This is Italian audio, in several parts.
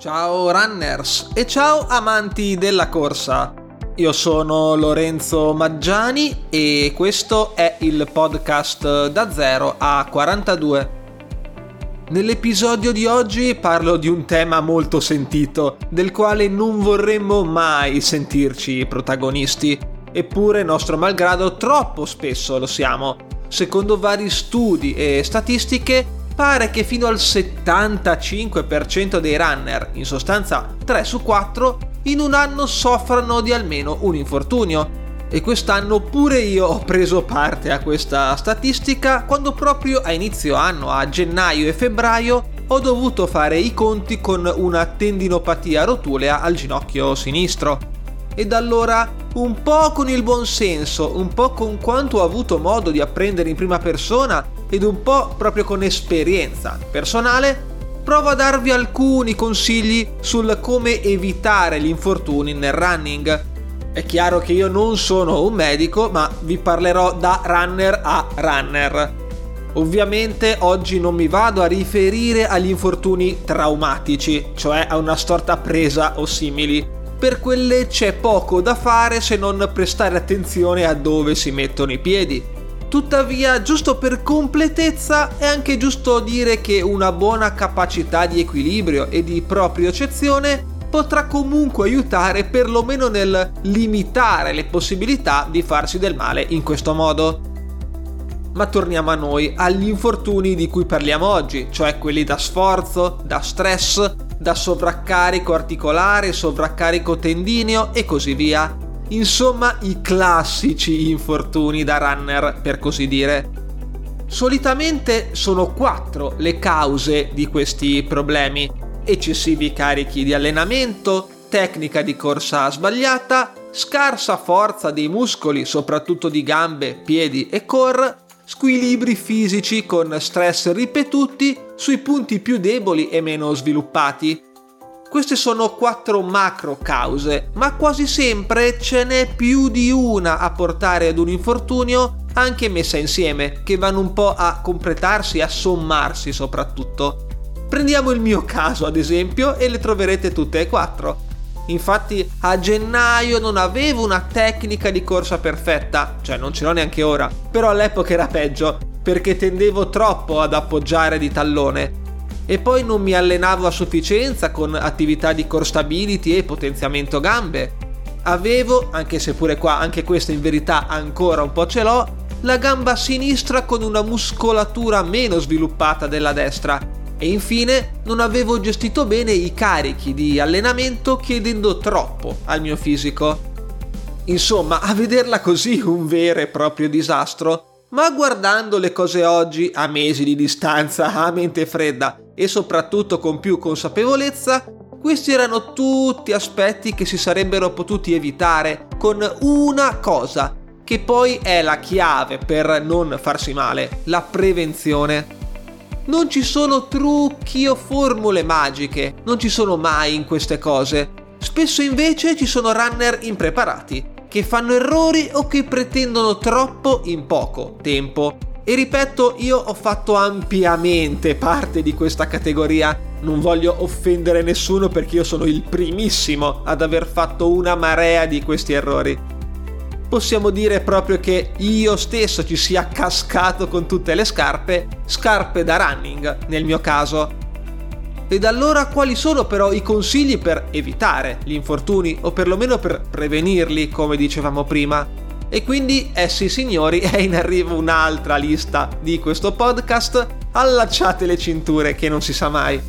Ciao runners e ciao amanti della corsa. Io sono Lorenzo Maggiani e questo è il podcast da 0 a 42. Nell'episodio di oggi parlo di un tema molto sentito, del quale non vorremmo mai sentirci protagonisti, eppure nostro malgrado troppo spesso lo siamo. Secondo vari studi e statistiche pare che fino al 75% dei runner, in sostanza 3 su 4, in un anno soffrano di almeno un infortunio. E quest'anno pure io ho preso parte a questa statistica quando proprio a inizio anno, a gennaio e febbraio, ho dovuto fare i conti con una tendinopatia rotulea al ginocchio sinistro. E da allora, un po' con il buon senso, un po' con quanto ho avuto modo di apprendere in prima persona ed un po' proprio con esperienza personale, provo a darvi alcuni consigli sul come evitare gli infortuni nel running. È chiaro che io non sono un medico, ma vi parlerò da runner a runner. Ovviamente oggi non mi vado a riferire agli infortuni traumatici, cioè a una storta presa o simili. Per quelle c'è poco da fare se non prestare attenzione a dove si mettono i piedi. Tuttavia, giusto per completezza, è anche giusto dire che una buona capacità di equilibrio e di propriocezione potrà comunque aiutare perlomeno nel limitare le possibilità di farsi del male in questo modo. Ma torniamo a noi, agli infortuni di cui parliamo oggi, cioè quelli da sforzo, da stress, da sovraccarico articolare, sovraccarico tendineo e così via. Insomma, i classici infortuni da runner, per così dire. Solitamente sono 4 le cause di questi problemi: eccessivi carichi di allenamento, tecnica di corsa sbagliata, scarsa forza dei muscoli, soprattutto di gambe, piedi e core, squilibri fisici con stress ripetuti sui punti più deboli e meno sviluppati. Queste sono 4 macro cause, ma quasi sempre ce n'è più di una a portare ad un infortunio, anche messa insieme, che vanno un po' a completarsi, a sommarsi soprattutto. Prendiamo il mio caso ad esempio e le troverete tutte e 4. Infatti a gennaio non avevo una tecnica di corsa perfetta, cioè non ce l'ho neanche ora, però all'epoca era peggio perché tendevo troppo ad appoggiare di tallone. E poi non mi allenavo a sufficienza con attività di core stability e potenziamento gambe. Avevo, anche se pure qua, anche questa in verità ancora un po' ce l'ho, la gamba sinistra con una muscolatura meno sviluppata della destra. E infine non avevo gestito bene i carichi di allenamento chiedendo troppo al mio fisico. Insomma, a vederla così un vero e proprio disastro, ma guardando le cose oggi a mesi di distanza, a mente fredda e soprattutto con più consapevolezza, questi erano tutti aspetti che si sarebbero potuti evitare con una cosa, che poi è la chiave per non farsi male: la prevenzione. Non ci sono trucchi o formule magiche, non ci sono mai in queste cose. Spesso invece ci sono runner impreparati, che fanno errori o che pretendono troppo in poco tempo. E ripeto, io ho fatto ampiamente parte di questa categoria. Non voglio offendere nessuno perché io sono il primissimo ad aver fatto una marea di questi errori. Possiamo dire proprio che io stesso ci sia cascato con tutte le scarpe da running nel mio caso. Ed allora quali sono però i consigli per evitare gli infortuni o perlomeno per prevenirli, come dicevamo prima? E quindi, sì signori, è in arrivo un'altra lista di questo podcast, allacciate le cinture che non si sa mai.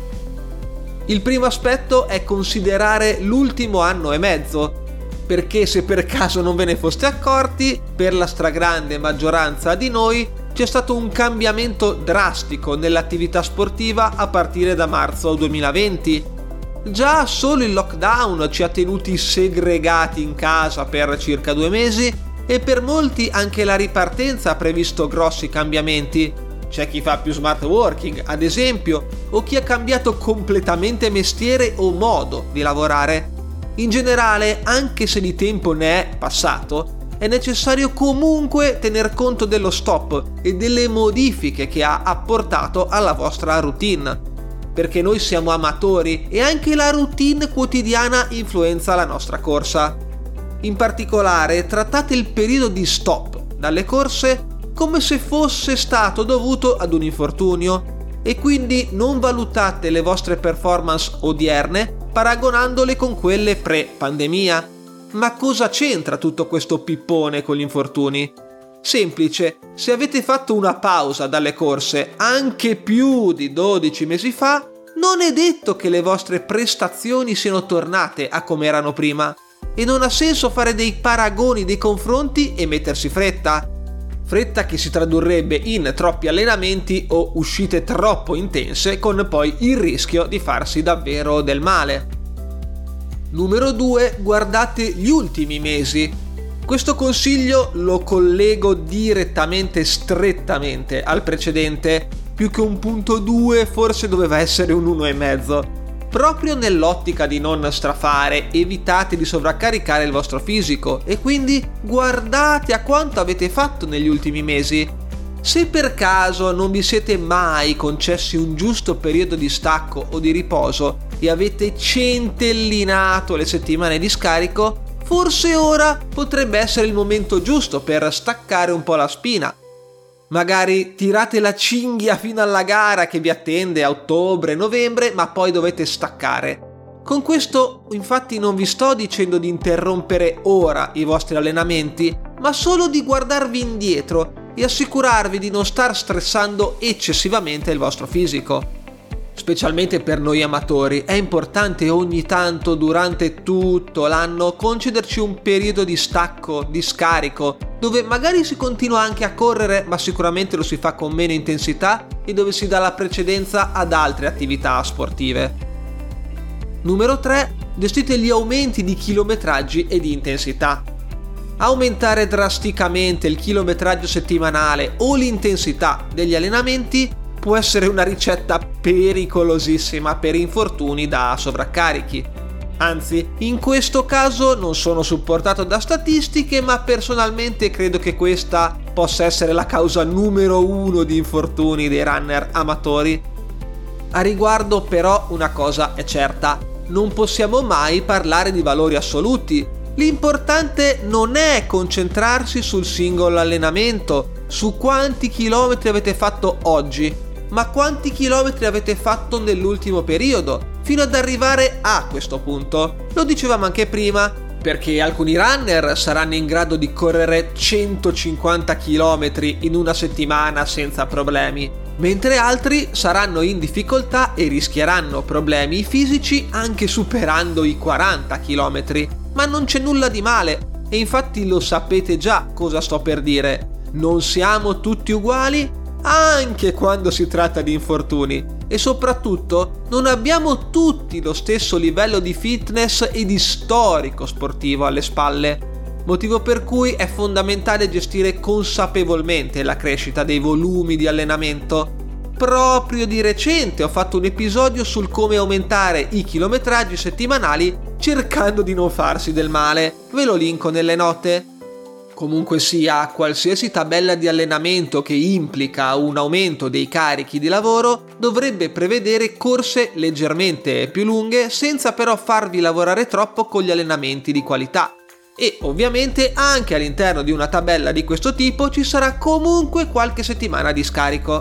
Il primo aspetto è considerare l'ultimo anno e mezzo, perché se per caso non ve ne foste accorti, per la stragrande maggioranza di noi c'è stato un cambiamento drastico nell'attività sportiva a partire da marzo 2020. Già solo il lockdown ci ha tenuti segregati in casa per circa 2 mesi e per molti anche la ripartenza ha previsto grossi cambiamenti. C'è chi fa più smart working, ad esempio, o chi ha cambiato completamente mestiere o modo di lavorare. In generale, anche se di tempo ne è passato, è necessario comunque tener conto dello stop e delle modifiche che ha apportato alla vostra routine. perché noi siamo amatori e anche la routine quotidiana influenza la nostra corsa. In particolare, trattate il periodo di stop dalle corse come se fosse stato dovuto ad un infortunio e quindi non valutate le vostre performance odierne paragonandole con quelle pre-pandemia. Ma cosa c'entra tutto questo pippone con gli infortuni? Semplice, se avete fatto una pausa dalle corse anche più di 12 mesi fa, non è detto che le vostre prestazioni siano tornate a come erano prima e non ha senso fare dei paragoni, dei confronti e mettersi fretta. Fretta che si tradurrebbe in troppi allenamenti o uscite troppo intense con poi il rischio di farsi davvero del male. Numero 2. Guardate gli ultimi mesi. Questo consiglio lo collego direttamente, strettamente al precedente, più che un punto 2 forse doveva essere un 1,5. Proprio nell'ottica di non strafare, evitate di sovraccaricare il vostro fisico e quindi guardate a quanto avete fatto negli ultimi mesi. Se per caso non vi siete mai concessi un giusto periodo di stacco o di riposo e avete centellinato le settimane di scarico, forse ora potrebbe essere il momento giusto per staccare un po' la spina. Magari tirate la cinghia fino alla gara che vi attende a ottobre-novembre, ma poi dovete staccare. Con questo infatti non vi sto dicendo di interrompere ora i vostri allenamenti, ma solo di guardarvi indietro e assicurarvi di non star stressando eccessivamente il vostro fisico. Specialmente per noi amatori è importante ogni tanto durante tutto l'anno concederci un periodo di stacco, di scarico, dove magari si continua anche a correre ma sicuramente lo si fa con meno intensità e dove si dà la precedenza ad altre attività sportive. Numero 3. Gestite gli aumenti di chilometraggi e di intensità. Aumentare drasticamente il chilometraggio settimanale o l'intensità degli allenamenti può essere una ricetta pericolosissima per infortuni da sovraccarichi. Anzi, in questo caso non sono supportato da statistiche, ma personalmente credo che questa possa essere la causa numero 1 di infortuni dei runner amatori. A riguardo però una cosa è certa, non possiamo mai parlare di valori assoluti. L'importante non è concentrarsi sul singolo allenamento, su quanti chilometri avete fatto oggi, ma quanti chilometri avete fatto nell'ultimo periodo, fino ad arrivare a questo punto. Lo dicevamo anche prima, perché alcuni runner saranno in grado di correre 150 km in una settimana senza problemi, mentre altri saranno in difficoltà e rischieranno problemi fisici anche superando i 40 km. Ma non c'è nulla di male, e infatti lo sapete già cosa sto per dire. Non siamo tutti uguali anche quando si tratta di infortuni e soprattutto non abbiamo tutti lo stesso livello di fitness e di storico sportivo alle spalle, motivo per cui è fondamentale gestire consapevolmente la crescita dei volumi di allenamento. Proprio di recente ho fatto un episodio sul come aumentare i chilometraggi settimanali cercando di non farsi del male, ve lo linko nelle note. Comunque sia, qualsiasi tabella di allenamento che implica un aumento dei carichi di lavoro dovrebbe prevedere corse leggermente più lunghe senza però farvi lavorare troppo con gli allenamenti di qualità. E ovviamente anche all'interno di una tabella di questo tipo ci sarà comunque qualche settimana di scarico.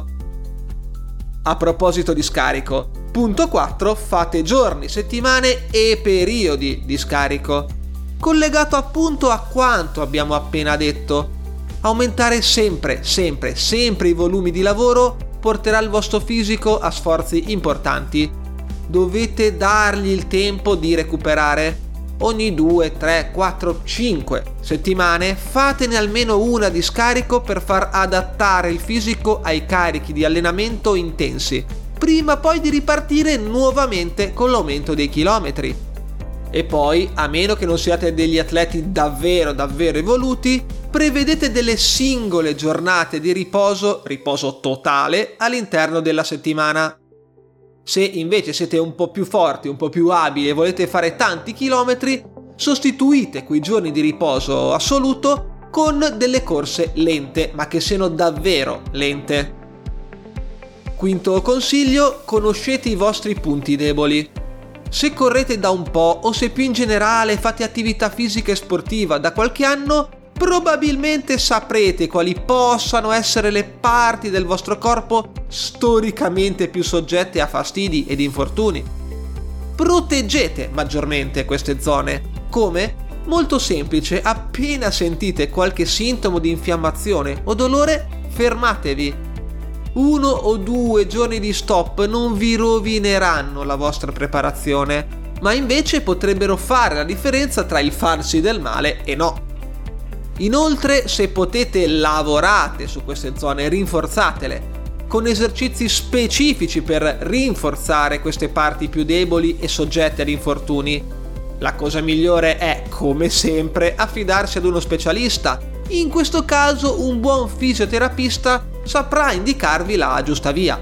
A proposito di scarico, punto 4, fate giorni, settimane e periodi di scarico. Collegato appunto a quanto abbiamo appena detto, aumentare sempre i volumi di lavoro porterà il vostro fisico a sforzi importanti. Dovete dargli il tempo di recuperare. Ogni 2, 3, 4, 5 settimane fatene almeno una di scarico per far adattare il fisico ai carichi di allenamento intensi, prima poi di ripartire nuovamente con l'aumento dei chilometri. E poi, a meno che non siate degli atleti davvero evoluti, prevedete delle singole giornate di riposo totale all'interno della settimana. Se invece siete un po' più forti, un po' più abili e volete fare tanti chilometri, sostituite quei giorni di riposo assoluto con delle corse lente, ma che siano davvero lente. Quinto consiglio: conoscete i vostri punti deboli. Se correte da un po' o se più in generale fate attività fisica e sportiva da qualche anno, probabilmente saprete quali possano essere le parti del vostro corpo storicamente più soggette a fastidi ed infortuni. Proteggete maggiormente queste zone. Come? Molto semplice: appena sentite qualche sintomo di infiammazione o dolore, fermatevi. 1 o 2 giorni di stop non vi rovineranno la vostra preparazione, ma invece potrebbero fare la differenza tra il farsi del male e no. Inoltre, se potete, lavorate su queste zone, rinforzatele con esercizi specifici per rinforzare queste parti più deboli e soggette ad infortuni. La cosa migliore è, come sempre, affidarsi ad uno specialista. In questo caso un buon fisioterapista saprà indicarvi la giusta via.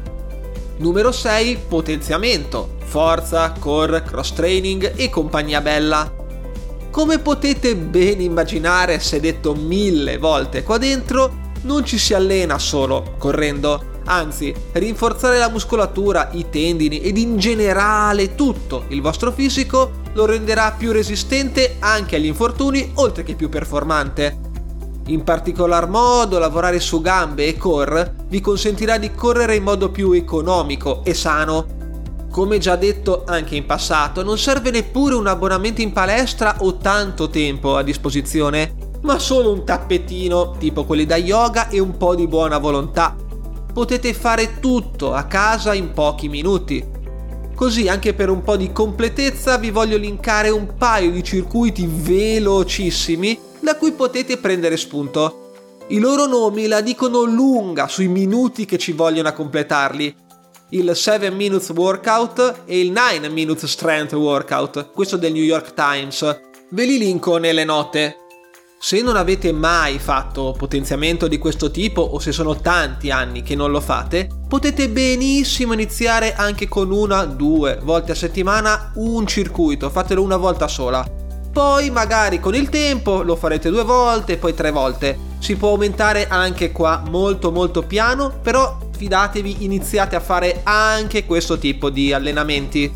Numero 6. Potenziamento, forza, core, cross training e compagnia bella. Come potete ben immaginare, se detto 1000 volte qua dentro, non ci si allena solo correndo. Anzi, rinforzare la muscolatura, i tendini ed in generale tutto il vostro fisico lo renderà più resistente anche agli infortuni, oltre che più performante. In particolar modo, lavorare su gambe e core vi consentirà di correre in modo più economico e sano. Come già detto anche in passato, non serve neppure un abbonamento in palestra o tanto tempo a disposizione, ma solo un tappetino tipo quelli da yoga e un po' di buona volontà. Potete fare tutto a casa in pochi minuti. Così, anche per un po' di completezza, vi voglio linkare un paio di circuiti velocissimi da cui potete prendere spunto. I loro nomi la dicono lunga sui minuti che ci vogliono a completarli. Il 7 Minutes Workout e il 9 Minutes Strength Workout, questo del New York Times. Ve li linko nelle note. Se non avete mai fatto potenziamento di questo tipo o se sono tanti anni che non lo fate, potete benissimo iniziare anche con 1-2 volte a settimana un circuito, fatelo una volta sola. Poi magari con il tempo lo farete 2 volte, poi 3 volte. Si può aumentare anche qua molto piano, però fidatevi, iniziate a fare anche questo tipo di allenamenti.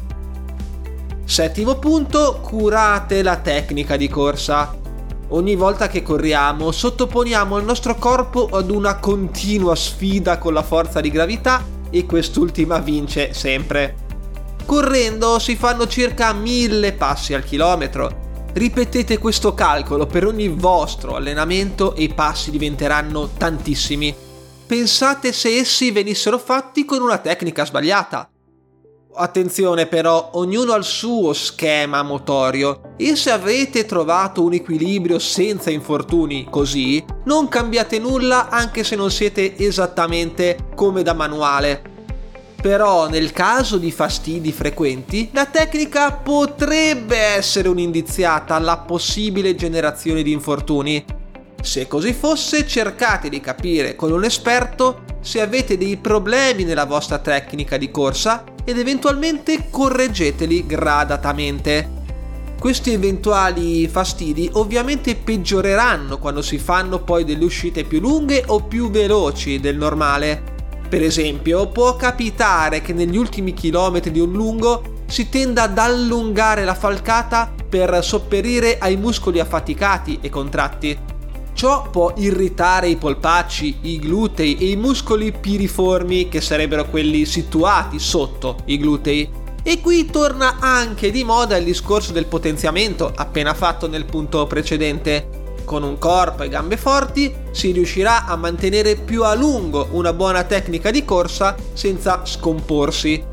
Settimo punto: curate la tecnica di corsa. Ogni volta che corriamo sottoponiamo il nostro corpo ad una continua sfida con la forza di gravità e quest'ultima vince sempre. Correndo si fanno circa 1000 passi al chilometro. Ripetete questo calcolo per ogni vostro allenamento e i passi diventeranno tantissimi. Pensate se essi venissero fatti con una tecnica sbagliata. Attenzione però, ognuno ha il suo schema motorio e se avete trovato un equilibrio senza infortuni così, non cambiate nulla anche se non siete esattamente come da manuale. Però nel caso di fastidi frequenti, la tecnica potrebbe essere un'indiziata alla possibile generazione di infortuni. Se così fosse, cercate di capire con un esperto se avete dei problemi nella vostra tecnica di corsa ed eventualmente correggeteli gradatamente. Questi eventuali fastidi ovviamente peggioreranno quando si fanno poi delle uscite più lunghe o più veloci del normale. Per esempio, può capitare che negli ultimi chilometri di un lungo si tenda ad allungare la falcata per sopperire ai muscoli affaticati e contratti. Ciò può irritare i polpacci, i glutei e i muscoli piriformi, che sarebbero quelli situati sotto i glutei. E qui torna anche di moda il discorso del potenziamento appena fatto nel punto precedente. Con un corpo e gambe forti si riuscirà a mantenere più a lungo una buona tecnica di corsa senza scomporsi.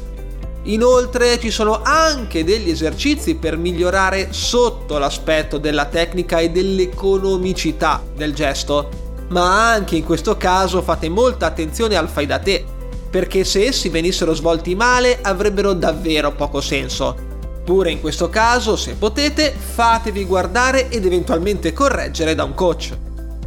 Inoltre ci sono anche degli esercizi per migliorare sotto l'aspetto della tecnica e dell'economicità del gesto, ma anche in questo caso fate molta attenzione al fai da te, perché se essi venissero svolti male avrebbero davvero poco senso. Pure in questo caso, se potete, fatevi guardare ed eventualmente correggere da un coach.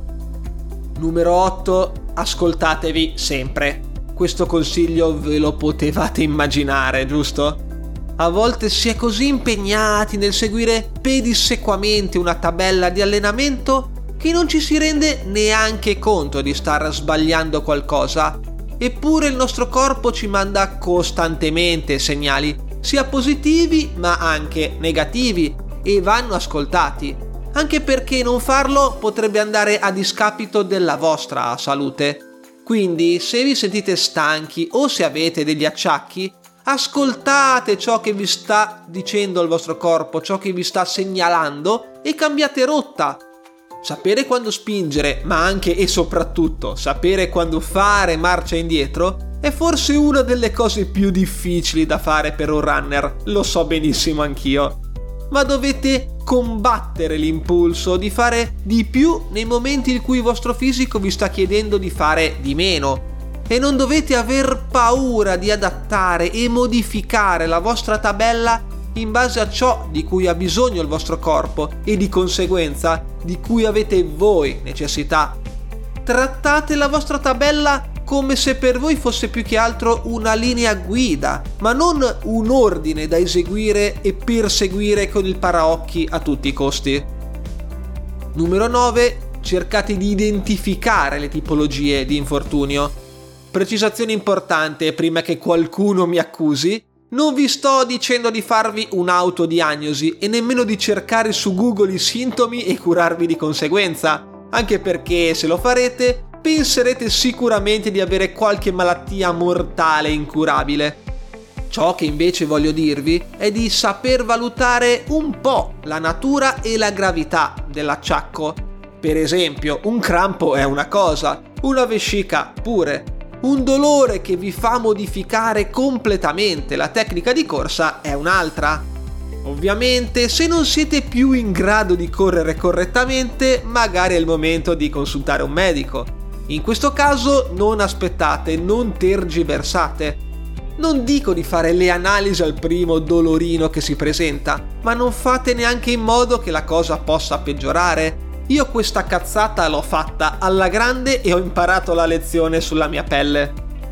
Numero 8. Ascoltatevi sempre. Questo consiglio ve lo potevate immaginare, giusto? A volte si è così impegnati nel seguire pedissequamente una tabella di allenamento che non ci si rende neanche conto di star sbagliando qualcosa. Eppure il nostro corpo ci manda costantemente segnali, sia positivi ma anche negativi, e vanno ascoltati, anche perché non farlo potrebbe andare a discapito della vostra salute. Quindi, se vi sentite stanchi o se avete degli acciacchi, ascoltate ciò che vi sta dicendo il vostro corpo, ciò che vi sta segnalando, e cambiate rotta. Sapere quando spingere, ma anche e soprattutto sapere quando fare marcia indietro, è forse una delle cose più difficili da fare per un runner, lo so benissimo anch'io. Ma dovete combattere l'impulso di fare di più nei momenti in cui il vostro fisico vi sta chiedendo di fare di meno. E non dovete aver paura di adattare e modificare la vostra tabella in base a ciò di cui ha bisogno il vostro corpo e di conseguenza di cui avete voi necessità. Trattate la vostra tabella come se per voi fosse più che altro una linea guida, ma non un ordine da eseguire e perseguire con il paraocchi a tutti i costi. Numero 9. Cercate di identificare le tipologie di infortunio. Precisazione importante prima che qualcuno mi accusi: non vi sto dicendo di farvi un'autodiagnosi e nemmeno di cercare su Google i sintomi e curarvi di conseguenza, anche perché se lo farete penserete sicuramente di avere qualche malattia mortale incurabile. Ciò che invece voglio dirvi è di saper valutare un po' la natura e la gravità dell'acciacco. Per esempio, un crampo è una cosa, una vescica pure. Un dolore che vi fa modificare completamente la tecnica di corsa è un'altra. Ovviamente, se non siete più in grado di correre correttamente, magari è il momento di consultare un medico. In questo caso non aspettate, non tergiversate. Non dico di fare le analisi al primo dolorino che si presenta, ma non fate neanche in modo che la cosa possa peggiorare. Io questa cazzata l'ho fatta alla grande e ho imparato la lezione sulla mia pelle.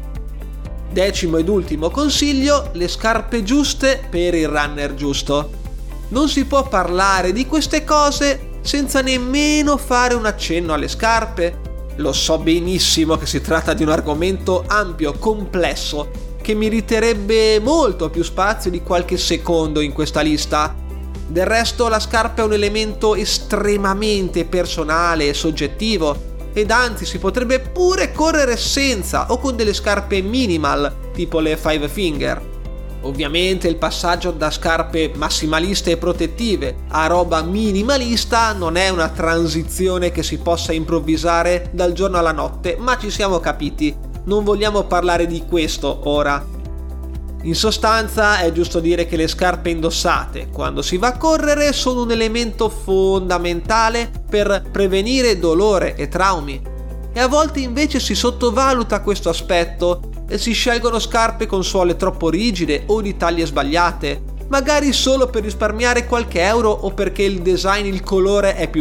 10º ed ultimo consiglio: le scarpe giuste per il runner giusto. Non si può parlare di queste cose senza nemmeno fare un accenno alle scarpe. Lo so benissimo che si tratta di un argomento ampio, complesso, che meriterebbe molto più spazio di qualche secondo in questa lista. Del resto la scarpa è un elemento estremamente personale e soggettivo, ed anzi si potrebbe pure correre senza o con delle scarpe minimal, tipo le Five Finger. Ovviamente il passaggio da scarpe massimaliste e protettive a roba minimalista non è una transizione che si possa improvvisare dal giorno alla notte, ma ci siamo capiti, non vogliamo parlare di questo ora. In sostanza è giusto dire che le scarpe indossate quando si va a correre sono un elemento fondamentale per prevenire dolore e traumi, e a volte invece si sottovaluta questo aspetto e si scelgono scarpe con suole troppo rigide o di taglie sbagliate, magari solo per risparmiare qualche euro o perché il design, il colore è più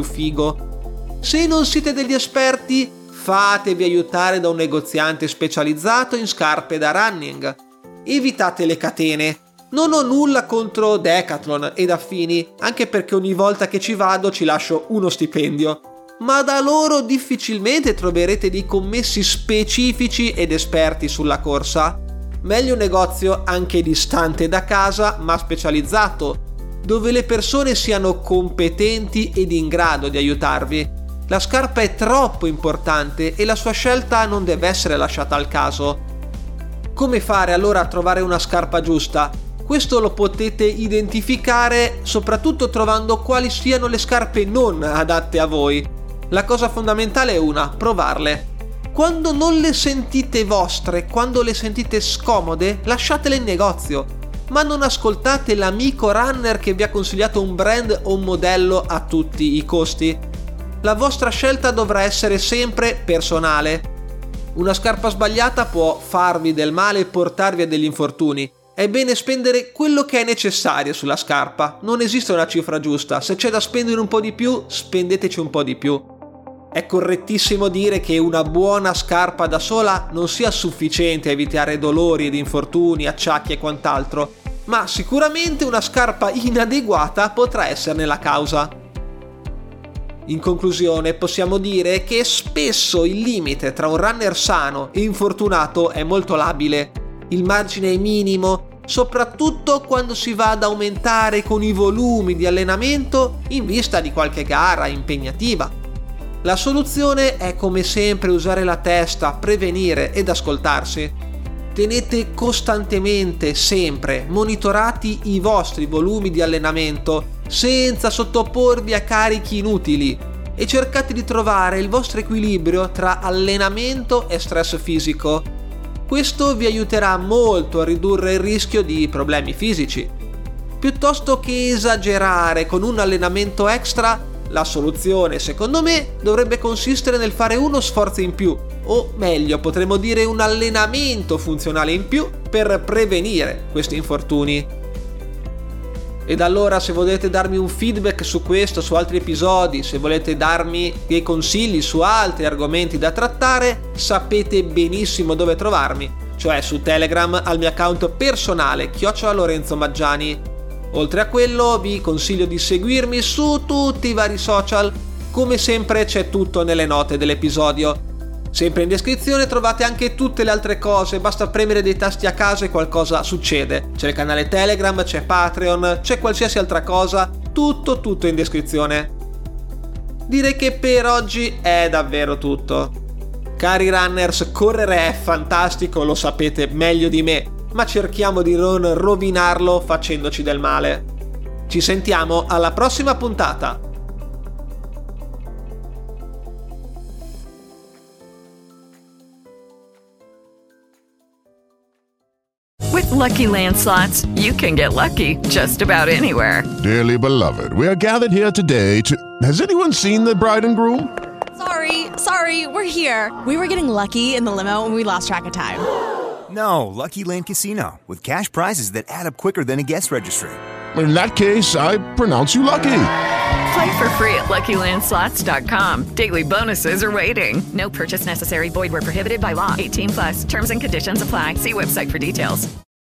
figo. Se non siete degli esperti, fatevi aiutare da un negoziante specializzato in scarpe da running. Evitate le catene. Non ho nulla contro Decathlon ed affini, anche perché ogni volta che ci vado ci lascio uno stipendio, ma da loro difficilmente troverete dei commessi specifici ed esperti sulla corsa. Meglio un negozio anche distante da casa ma specializzato, dove le persone siano competenti ed in grado di aiutarvi. La scarpa è troppo importante e la sua scelta non deve essere lasciata al caso. Come fare allora a trovare una scarpa giusta? Questo lo potete identificare soprattutto trovando quali siano le scarpe non adatte a voi. La cosa fondamentale è provarle. Quando non le sentite vostre, quando le sentite scomode, lasciatele in negozio. Ma non ascoltate l'amico runner che vi ha consigliato un brand o un modello a tutti i costi. La vostra scelta dovrà essere sempre personale. Una scarpa sbagliata può farvi del male e portarvi a degli infortuni. È bene spendere quello che è necessario sulla scarpa. Non esiste una cifra giusta. Se c'è da spendere un po' di più, spendeteci un po' di più. È correttissimo dire che una buona scarpa da sola non sia sufficiente a evitare dolori ed infortuni, acciacchi e quant'altro, ma sicuramente una scarpa inadeguata potrà esserne la causa. In conclusione, possiamo dire che spesso il limite tra un runner sano e infortunato è molto labile. Il margine è minimo, soprattutto quando si va ad aumentare con i volumi di allenamento in vista di qualche gara impegnativa. La soluzione è come sempre usare la testa, prevenire ed ascoltarsi. Tenete costantemente, sempre, monitorati i vostri volumi di allenamento senza sottoporvi a carichi inutili e cercate di trovare il vostro equilibrio tra allenamento e stress fisico. Questo vi aiuterà molto a ridurre il rischio di problemi fisici. Piuttosto che esagerare con un allenamento extra, la soluzione, secondo me, dovrebbe consistere nel fare uno sforzo in più, o meglio, potremmo dire un allenamento funzionale in più per prevenire questi infortuni. Ed allora, se volete darmi un feedback su questo, su altri episodi, se volete darmi dei consigli su altri argomenti da trattare, sapete benissimo dove trovarmi, cioè su Telegram al mio account personale @LorenzoMaggiani. Oltre a quello vi consiglio di seguirmi su tutti i vari social, come sempre c'è tutto nelle note dell'episodio. Sempre in descrizione trovate anche tutte le altre cose, basta premere dei tasti a caso e qualcosa succede. C'è il canale Telegram, c'è Patreon, c'è qualsiasi altra cosa, tutto in descrizione. Direi che per oggi è davvero tutto. Cari runners, correre è fantastico, lo sapete meglio di me, ma cerchiamo di non rovinarlo facendoci del male. Ci sentiamo alla prossima puntata. With Lucky Land Slots, you can get lucky just about anywhere. Dearly beloved, we are gathered here today to... Has anyone seen the bride and groom? Sorry, we're here. We were getting lucky in the limo and we lost track of time. No, Lucky Land Casino, with cash prizes that add up quicker than a guest registry. In that case, I pronounce you lucky. Play for free at LuckyLandSlots.com. Daily bonuses are waiting. No purchase necessary. Void where prohibited by law. 18+. Terms and conditions apply. See website for details.